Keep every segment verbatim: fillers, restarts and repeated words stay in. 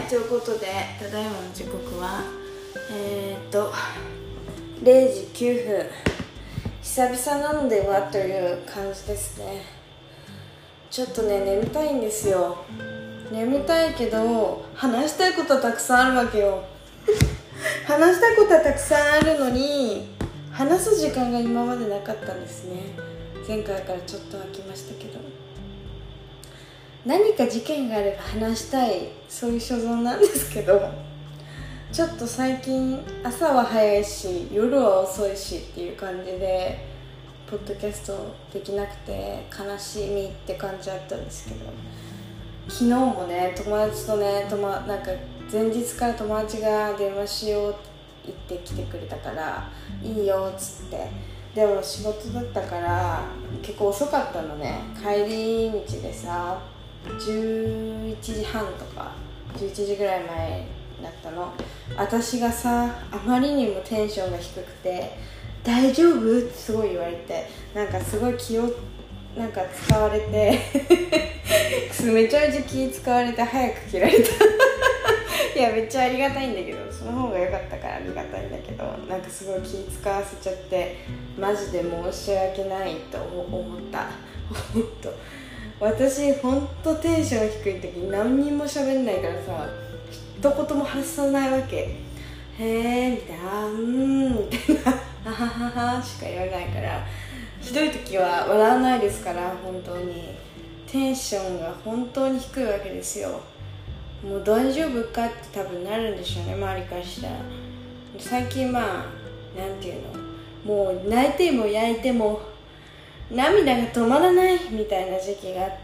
ということでただいまの時刻はえー、っとれいじきゅうふん、久々なのではという感じですね。ちょっとね眠たいんですよ。眠たいけど話したいことはたくさんあるわけよ話したいことはたくさんあるのに話す時間が今までなかったんですね。前回からちょっと空きましたけど、何か事件があれば話したい、そういう所存なんですけど、ちょっと最近朝は早いし夜は遅いしっていう感じでポッドキャストできなくて悲しみって感じだったんですけど、昨日もね友達とねと、ま、なんか前日から友達が電話しようって言ってきてくれたからいいよっつって、でも仕事だったから結構遅かったのね。帰り道でさじゅういちじはんとかじゅういちじぐらい前だったの。私がさあまりにもテンションが低くて大丈夫ってすごい言われて、なんかすごい気をなんか使われてめちゃめちゃ気使われて早く切られたいやめっちゃありがたいんだけど、その方が良かったからありがたいんだけど、なんかすごい気使わせちゃってマジで申し訳ないと思った本当私ほんとテンション低い時何にも喋んないからさ、一言も発さないわけ。へーみたいな、うーんみたいなははははしか言わないから、ひどい時は笑わないですから、本当にテンションが本当に低いわけですよ。もう大丈夫かって多分なるんでしょうね、周りからしたら。最近まあなんていうの、もう泣いても焼いても涙が止まらないみたいな時期があって、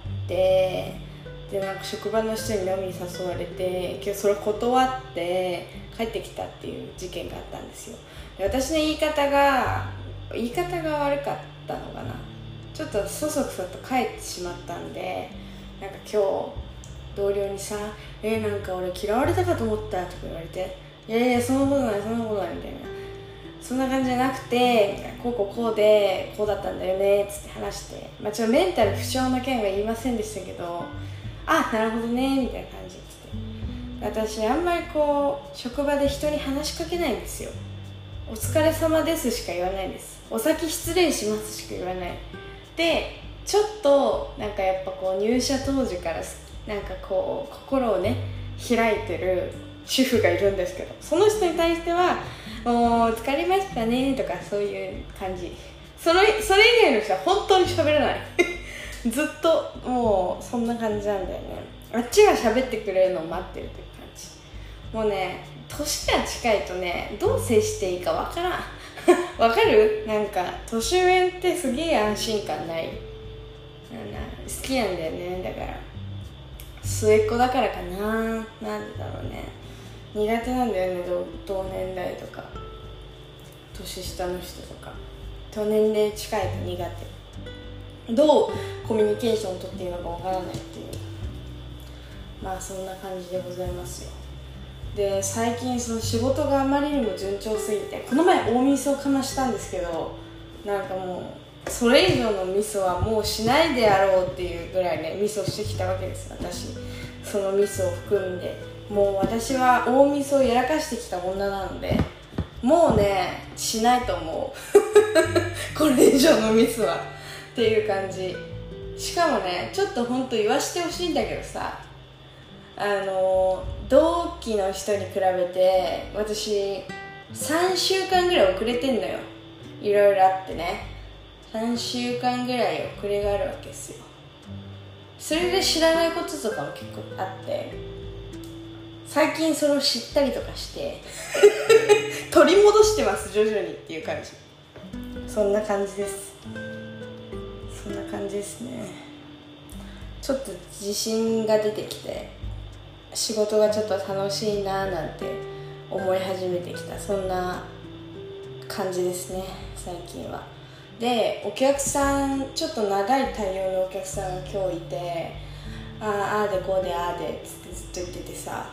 でなんか職場の人に飲みに誘われて今日それ断って帰ってきたっていう事件があったんですよ。で私の言い方が言い方が悪かったのかな、ちょっとそそくさと帰ってしまったんで、なんか今日同僚にさ「えー、なんか俺嫌われたかと思った」とか言われて「いやいやそんなことないそんなことない」みたいな、そんな感じじゃなくてこうこうこうでこうだったんだよねっつって話して、まあ、ちょっとメンタル不調の件は言いませんでしたけど、あなるほどねみたいな感じで、私あんまりこう職場で人に話しかけないんですよ。お疲れ様ですしか言わないです。お先失礼しますしか言わないで、ちょっとなんかやっぱこう入社当時からなんかこう心をね開いてる主婦がいるんですけど、その人に対してはもう疲れましたねとかそういう感じ。それそれ以外の人は本当に喋らないずっともうそんな感じなんだよね。あっちが喋ってくれるのを待ってるという感じ。もうね年が近いとねどう接していいかわからんわかる？なんか年上ってすげえ安心感ない？なん好きなんだよね。だから末っ子だからかな、なんでだろうね、苦手なんだよね、同年代とか年下の人とかと年齢近いと苦手、どうコミュニケーションを取っていいのかわからないっていう、まあそんな感じでございますよ。で最近その仕事があまりにも順調すぎて、この前大ミスをかましたんですけど、なんかもうそれ以上のミスはもうしないであろうっていうぐらいねミスをしてきたわけです。私そのミスを含んで、もう私は大ミスをやらかしてきた女なのでもうねしないと思うこれ以上のミスはっていう感じ。しかもねちょっと本当言わしてほしいんだけどさ、あの同期の人に比べて私さんしゅうかんぐらい遅れてんのよ。いろいろあってねさんしゅうかんぐらい遅れがあるわけですよ。それで知らないこととかも結構あって、最近それを知ったりとかして取り戻してます徐々にっていう感じ。そんな感じです。そんな感じですね。ちょっと自信が出てきて仕事がちょっと楽しいななんて思い始めてきた、そんな感じですね最近は。でお客さんちょっと長い対応のお客さんが今日いて、あああーでこうでああでつってずっと言っててさ、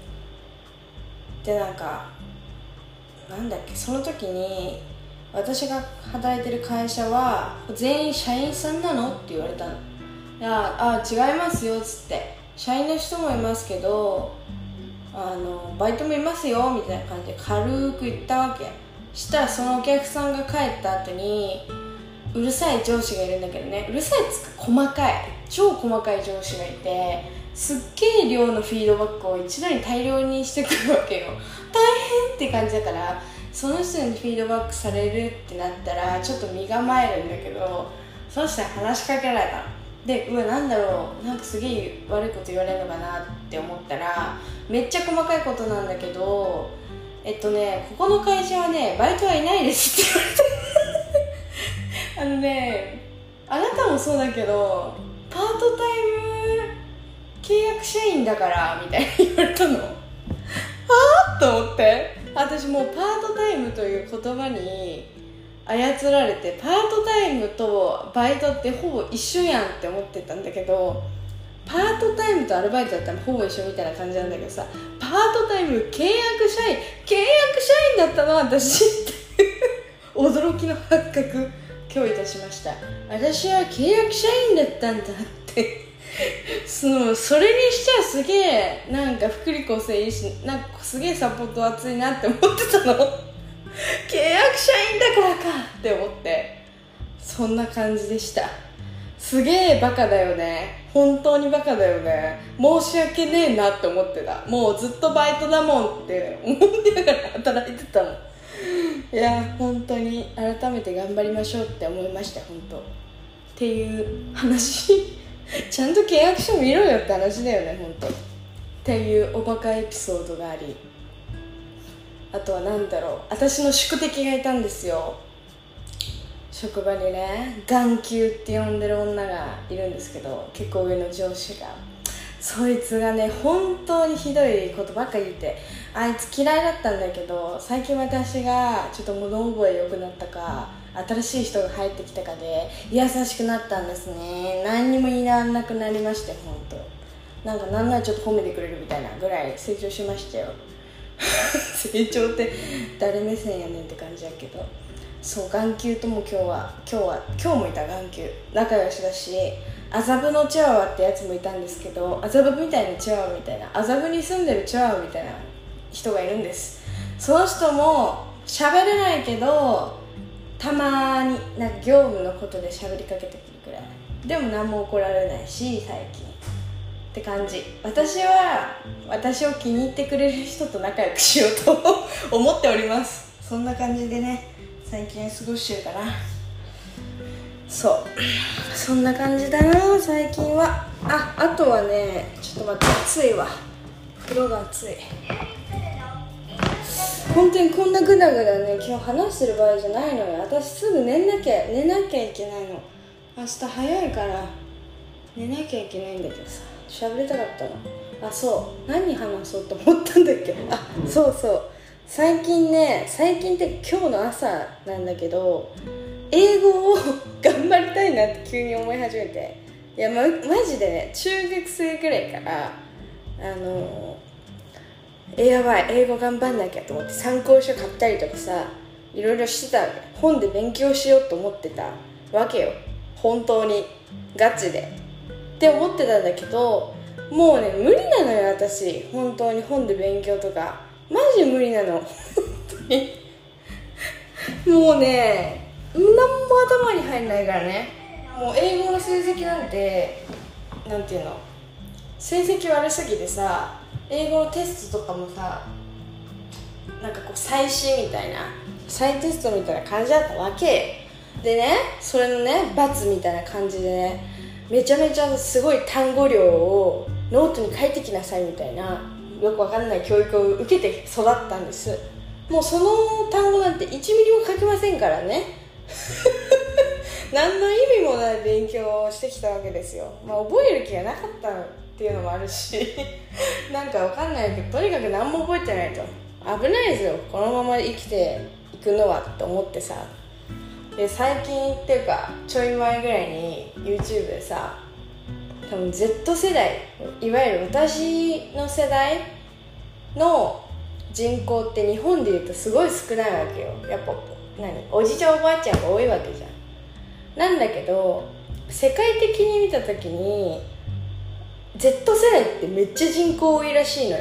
でなんかなんだっけ、その時に私が働いてる会社は全員社員さんなのって言われたの。ああ違いますよっつって、社員の人もいますけどあのバイトもいますよみたいな感じで軽く言ったわけ。したらそのお客さんが帰った後にうるさい上司がいるんだけどね、うるさいっつうか細かい超細かい上司がいて、すっげえ量のフィードバックを一度に大量にしてくるわけよ。大変って感じだから、その人にフィードバックされるってなったらちょっと身構えるんだけど、そしたら話しかけられたで、うわなんだろう、なんかすげえ悪いこと言われるのかなって思ったら、めっちゃ細かいことなんだけど、えっとねここの会社はねバイトはいないですって言われてあのね、あなたもそうだけどパートタイム契約社員だからみたいに言われたの。はぁと思って、私もうパートタイムという言葉に操られて、パートタイムとバイトってほぼ一緒やんって思ってたんだけど、パートタイムとアルバイトだったらほぼ一緒みたいな感じなんだけどさ、パートタイム契約社員契約社員だったの私って驚きの発覚今日いたしました。私は契約社員だったんだってそのそれにしちゃすげえなんか福利厚生いいし、なんかすげえサポート熱いなって思ってたの契約社員だからかって思って、そんな感じでした。すげえバカだよね、本当にバカだよね、申し訳ねえなって思ってた。もうずっとバイトだもんって思いながら働いてたの。いや本当に改めて頑張りましょうって思いました、本当っていう話ちゃんと契約書見ろよって話だよね、本当っていうおバカエピソードがあり、あとはなんだろう、私の宿敵がいたんですよ。職場にね、眼球って呼んでる女がいるんですけど、結構上の上司が、そいつがね本当にひどいことばっかり言って、あいつ嫌いだったんだけど、最近私がちょっと物覚え良くなったか新しい人が入ってきたかで優しくなったんですね。何にも言いならなくなりまして、本当なんかなんならちょっと褒めてくれるみたいなぐらい成長しましたよ成長って誰目線やねんって感じだけど、そう眼球とも今日は今日は今日もいた眼球仲良しだし、麻布のチワワってやつもいたんですけど、麻布みたいなチワワみたいな、麻布に住んでるチワワみたいな人がいるんです。その人も喋れないけどたまになんか業務のことで喋りかけてくるくらいでも何も怒られないし最近って感じ。私は私を気に入ってくれる人と仲良くしようと思っております。そんな感じでね最近過ごしてるかな。そうそんな感じだな最近は。ああとはねちょっと待って、暑いわ、風呂が暑い。本当にこんなグダグダね今日話してる場合じゃないのよ。私すぐ寝なきゃ寝なきゃいけないの。明日早いから寝なきゃいけないんだけどさ、喋りたかったの。あそう何話そうと思ったんだっけ。あそうそう最近ね最近って今日の朝なんだけど、英語を頑張りたいなって急に思い始めて、いや、ま、マジでね中学生くらいからあのえやばい英語頑張んなきゃと思って参考書買ったりとかさいろいろしてたわけ。本で勉強しようと思ってたわけよ、本当にガチでって思ってたんだけど、もうね無理なのよ私、本当に本で勉強とかマジ無理なの本当にもうね何も頭に入んないからね。もう英語の成績なんてなんていうの成績悪すぎてさ、英語のテストとかもさなんかこう再試みたいな再テストみたいな感じだったわけでね、それのね罰みたいな感じでねめちゃめちゃすごい単語量をノートに書いてきなさいみたいなよくわかんない教育を受けて育ったんです。もうその単語なんていちミリも書けませんからね何の意味もない勉強をしてきたわけですよ。まあ覚える気がなかったっていうのもあるしなんかわかんないけどとにかく何も覚えてないと危ないですよこのまま生きていくのはって思ってさ。で最近っていうかちょい前ぐらいに YouTube でさ、多分 Z 世代いわゆる私の世代の人口って日本でいうとすごい少ないわけよ。やっぱ何おじいちゃんおばあちゃんが多いわけじゃん。なんだけど世界的に見た時に Z 世代ってめっちゃ人口多いらしいのよ。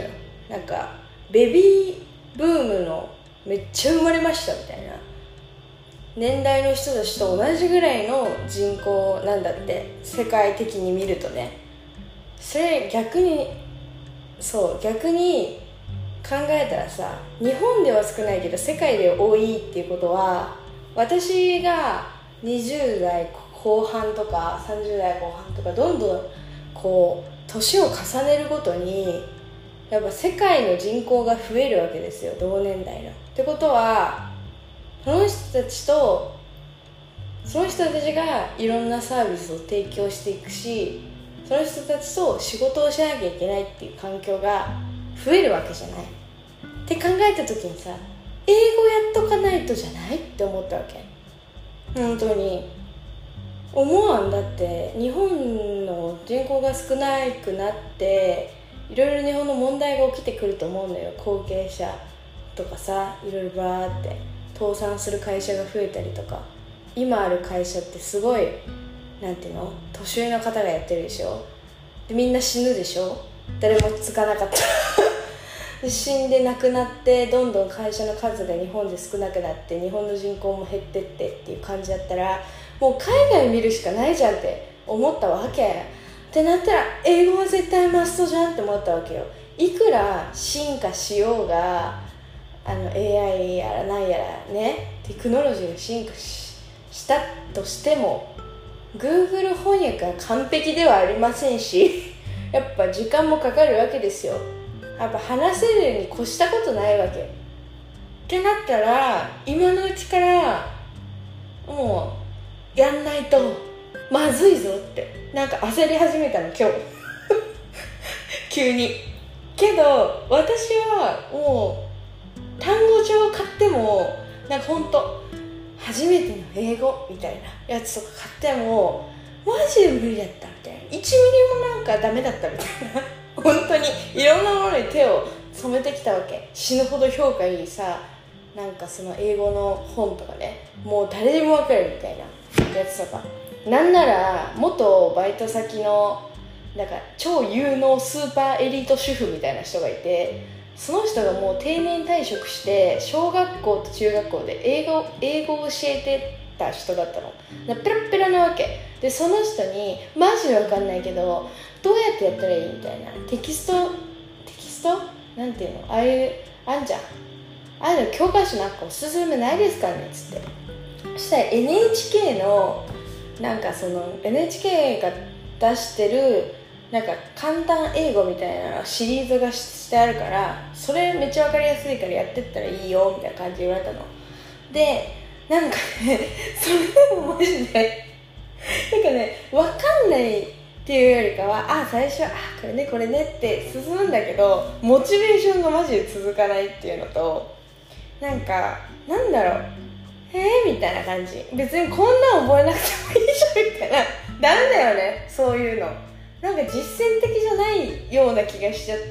なんかベビーブームのめっちゃ生まれましたみたいな年代の人たちと同じぐらいの人口なんだって、世界的に見るとね。それ逆にそう逆に考えたらさ、日本では少ないけど世界で多いっていうことは、私がにじゅう代後半とかさんじゅう代後半とかどんどんこう年を重ねるごとにやっぱ世界の人口が増えるわけですよ、同年代の。ってことはその人たちとその人たちがいろんなサービスを提供していくし、その人たちと仕事をしなきゃいけないっていう環境が増えるわけじゃないって考えた時にさ、英語やっとかないとじゃないって思ったわけ。本当に思わん。だって日本の人口が少なくなっていろいろ日本の問題が起きてくると思うのよ。後継者とかさ、いろいろバーって倒産する会社が増えたりとか、今ある会社ってすごいなんていうの、年上の方がやってるでしょ。でみんな死ぬでしょ、誰もつかなかったで死んで亡くなってどんどん会社の数が日本で少なくなって日本の人口も減ってってっていう感じだったら、もう海外見るしかないじゃんって思ったわけってなったら、英語は絶対マストじゃんって思ったわけよ。いくら進化しようが、あの エーアイ やらなんやらね、テクノロジーが進化 し, したとしても Google 翻訳が完璧ではありませんしやっぱ時間もかかるわけですよ。やっぱ話せるに越したことないわけってなったら、今のうちからもうやんないとまずいぞってなんか焦り始めたの今日急に。けど私はもう単語帳を買ってもなんかほんと初めての英語みたいなやつとか買ってもマジで無理だったみたいな、いちミリもなんかダメだったみたいな本当にいろんなものに手を染めてきたわけ。死ぬほど評価いいさ、なんかその英語の本とかね、もう誰でもわかるみたいなやつとか、なんなら元バイト先のなんか超有能スーパーエリート主婦みたいな人がいて、その人がもう定年退職して小学校と中学校で英語英語を教えてた人だったの。ペラペラなわけで、その人にマジでわかんないけどどうやってやったらいいみたいな、テキストテキストなんていうの、ああいうあんじゃん、ああいうの教科書なんかおすすめないですかねっつって、そしたら エヌエイチケー のなんかその エヌエイチケー が出してるなんか簡単英語みたいなシリーズがしてあるから、それめっちゃ分かりやすいからやってったらいいよみたいな感じで言われたので、なんかねそれでもマジでなんかね分かんないっていうよりかは、あ最初あこれねこれねって進むんだけどモチベーションがマジで続かないっていうのと、なんかなんだろうえーみたいな感じ、別にこんなん覚えなくてもいいじゃんみたいな、ダメだよねそういうの、なんか実践的じゃないような気がしちゃって、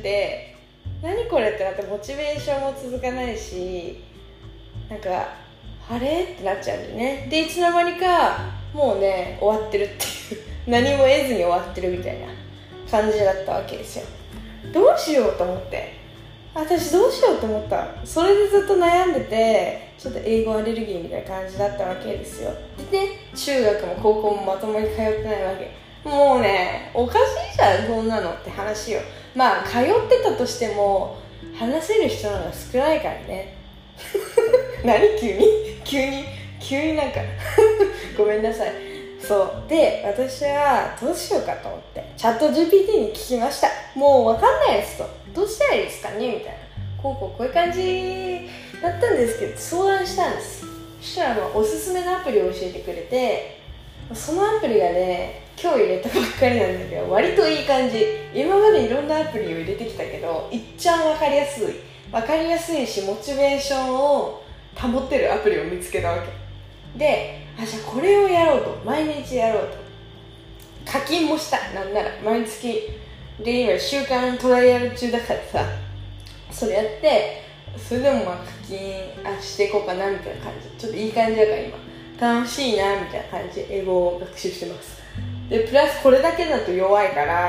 何これってなってモチベーションも続かないし、なんかあれってなっちゃうんだよね。でいつの間にかもうね終わってるっていう何も得ずに終わってるみたいな感じだったわけですよ。どうしようと思って、私どうしようと思った。それでずっと悩んでて、ちょっと英語アレルギーみたいな感じだったわけですよ。でね、中学も高校もまともに通ってないわけ。もうねおかしいじゃんそんなのって話よ。まあ通ってたとしても話せる人の方が少ないからね何急に急に急になんかごめんなさい。そうで私はどうしようかと思ってチャット ジーピーティー に聞きました。もう分かんないですと、どうしたらいいですかねみたいな、こうこうこういう感じだったんですけど相談したんです。そしたらあのおすすめのアプリを教えてくれて、そのアプリがね今日入れたばっかりなんだけど割といい感じ。今までいろんなアプリを入れてきたけどいっちゃん分かりやすい分かりやすいしモチベーションを保ってるアプリを見つけたわけで、あじゃあこれをやろうと、毎日やろうと課金もした。なんなら毎月で今週間トライアル中だからさ、それやってそれでもまあ課金あしていこうかなみたいな感じ、ちょっといい感じだから今楽しいなみたいな感じで英語を学習してます。でプラスこれだけだと弱いから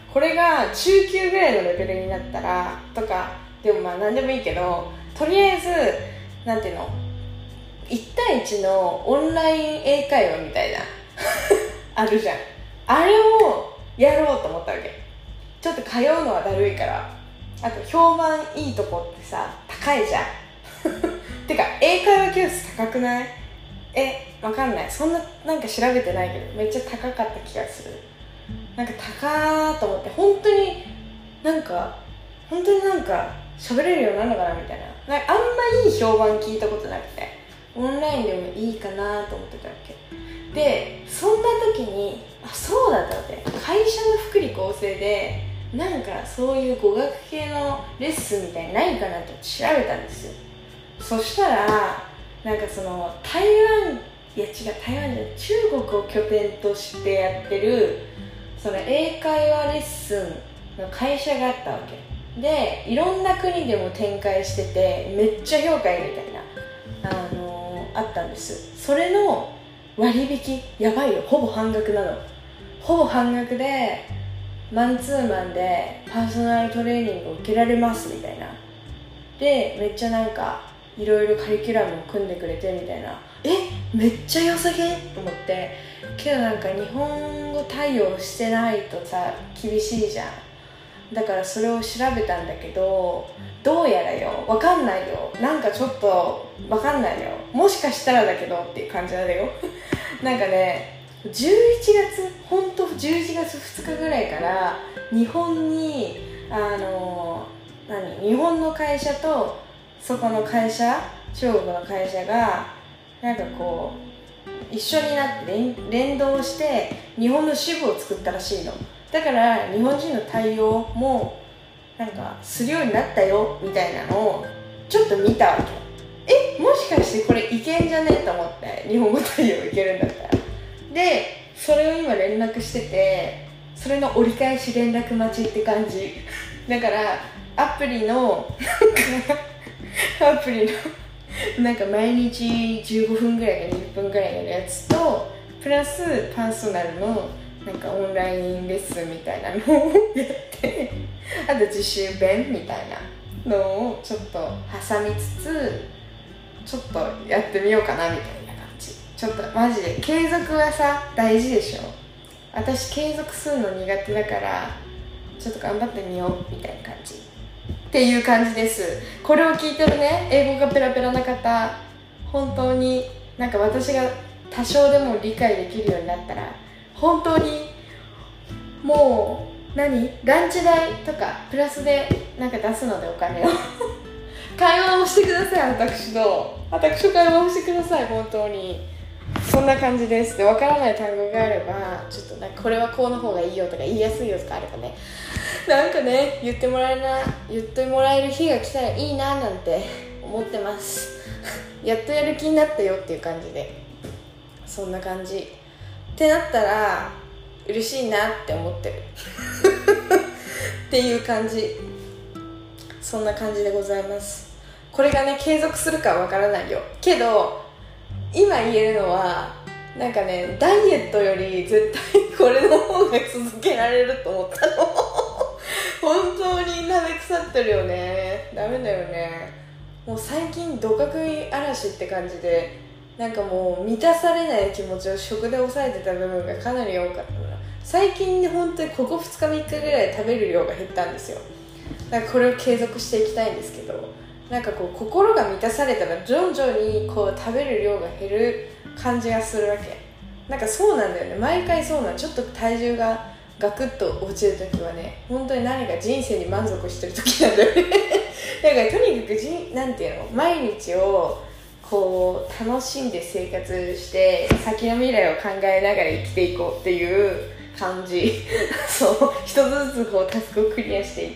これが中級ぐらいのレベルになったらとか、でもまあ何でもいいけど、とりあえずなんていうの、いち対いちのオンライン英会話みたいなあるじゃん。あれをやろうと思ったわけ。ちょっと通うのはだるいから。あと評判いいとこってさ高いじゃんてか英会話教室高くない？え、わかんない、そんななんか調べてないけどめっちゃ高かった気がする。なんか高ーと思って、本当になんか本当になんか喋れるようになるのかなみたいな、なんかあんまいい評判聞いたことなくて、オンラインでもいいかなと思ってたわけで、そんな時にあ、そうだったって、会社の福利厚生でなんかそういう語学系のレッスンみたいにないかなって調べたんですよ。そしたらなんかその台湾、いや違う、台湾じゃない、中国を拠点としてやってるその英会話レッスンの会社があったわけで、いろんな国でも展開しててめっちゃ評価いいみたいな、あのー、あったんです。それの割引やばいよ、ほぼ半額なの。ほぼ半額でマンツーマンでパーソナルトレーニングを受けられますみたいな。でめっちゃなんかいろいろカリキュラムを組んでくれてみたいな。え、めっちゃ良さげと思って、けどなんか日本語対応してないとさ厳しいじゃん。だからそれを調べたんだけど、どうやらよ、わかんないよ、なんかちょっとわかんないよ、もしかしたらだけどっていう感じなんだよなんかね、じゅういちがつ、ほんとじゅういちがつふつかぐらいから日本にあの何日本の会社とそこの会社、中国の会社がなんかこう一緒になって 連, 連動して日本の支部を作ったらしいの。だから日本人の対応もなんかするようになったよみたいなのをちょっと見たわけ。え、もしかしてこれいけんじゃねと思って、日本語対応いけるんだったら。でそれを今連絡してて、それの折り返し連絡待ちって感じだから、アプリのアプリのなんか毎日じゅうごふんぐらいかにじゅっぷんぐらいのやつとプラスパーソナルのなんかオンラインレッスンみたいなのをやってあと自習弁みたいなのをちょっと挟みつつちょっとやってみようかなみたいな感じ。ちょっとマジで継続はさ大事でしょ。私継続するの苦手だからちょっと頑張ってみようみたいな感じっていう感じです。これを聞いてるね、英語がペラペラな方、本当になんか私が多少でも理解できるようになったら本当にもう何ランチ代とかプラスでなんか出すのでお金を会話をしてください。私と私と会話をしてください。本当にそんな感じです。で、わからない単語があればちょっとなんかこれはこうの方がいいよとか言いやすいよとかあればね、なんかね言ってもらえな言ってもらえる日が来たらいいななんて思ってますやっとやる気になったよっていう感じで、そんな感じってなったら嬉しいなって思ってるっていう感じ。そんな感じでございます。これがね継続するかはわからないよけど、今言えるのはなんかね、ダイエットより絶対これの方が続けられると思ったの本当に舐め腐ってるよね。ダメだよね。もう最近ドカ食い嵐って感じで、なんかもう満たされない気持ちを食で抑えてた部分がかなり多かったから、最近ね本当にここふつかみっかぐらい食べる量が減ったんですよ。だからこれを継続していきたいんですけど、なんかこう心が満たされたら徐々にこう食べる量が減る感じがするわけ。なんかそうなんだよね、毎回そうなの。ちょっと体重がガクッと落ちるときはね、本当に何か人生に満足してるときなんだよねだからとにかくじなんていうの、毎日をこう楽しんで生活して先の未来を考えながら生きていこうっていう感じそう一つずつこうタスクをクリアしていって、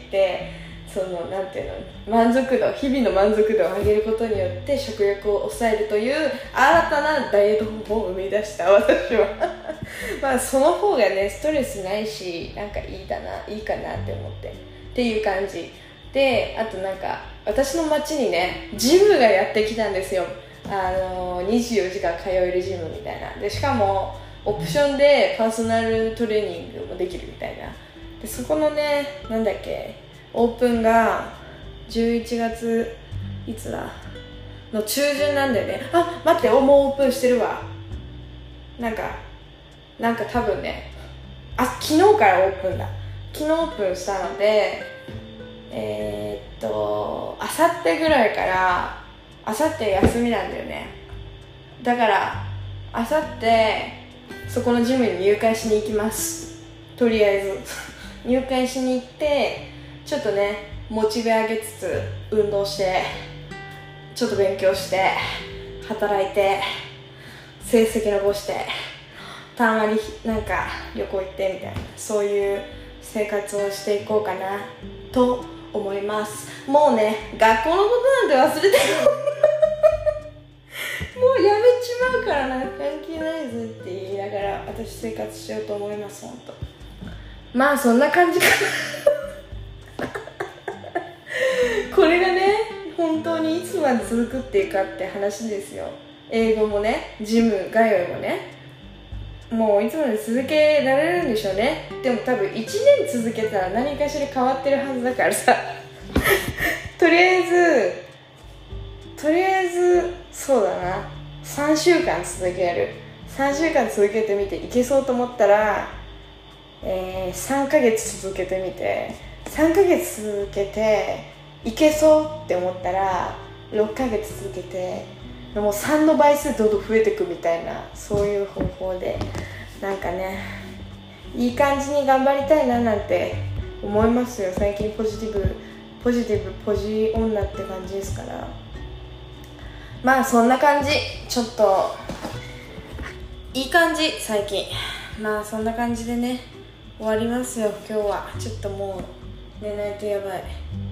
そのなんていうの、満足度、日々の満足度を上げることによって食欲を抑えるという新たなダイエット方法を生み出した私はまあその方がねストレスないし、なんかいいかないいかなって思ってっていう感じで、あとなんか私の町にねジムがやってきたんですよ。あのにじゅうよじかん通えるジムみたいなで、しかもオプションでパーソナルトレーニングもできるみたいなっでそこのね、なんだっけ、オープンがじゅういちがついつだの中旬なんだよね。あ、待って、おもうオープンしてるわ。なんかなんか多分ね、あ、昨日からオープンだ。昨日オープンしたので、えー、っとあさってぐらいから、あさって休みなんだよね。だからあさってそこのジムに入会しに行きます。とりあえず入会しに行って、ちょっとねモチベ上げつつ運動して、ちょっと勉強して、働いて、成績残して、たまになんか旅行行ってみたいな、そういう生活をしていこうかなと思います。もうね、学校のことなんて忘れてるもうやめちまうからな、関係ないぜって言いながら私生活しようと思います。ほんとまあそんな感じかなこれがね、本当にいつまで続くっていうかって話ですよ。英語もね、ジム通いもね、もういつまで続けられるんでしょうね。でも多分いちねん続けたら何かしら変わってるはずだからさとりあえずとりあえずそうだな、さんしゅうかん続けるさんしゅうかん続けてみていけそうと思ったら、えー、さんかげつ続けてみて、さんかげつ続けていけそうって思ったらろっかげつ続けて、もうさんの倍数どんどん増えていくみたいな、そういう方法でなんかね、いい感じに頑張りたいななんて思いますよ。最近ポジティブポジティブポジ女って感じですから、まあそんな感じ。ちょっといい感じ最近。まあそんな感じでね終わりますよ今日は。ちょっともう寝ないとやばい。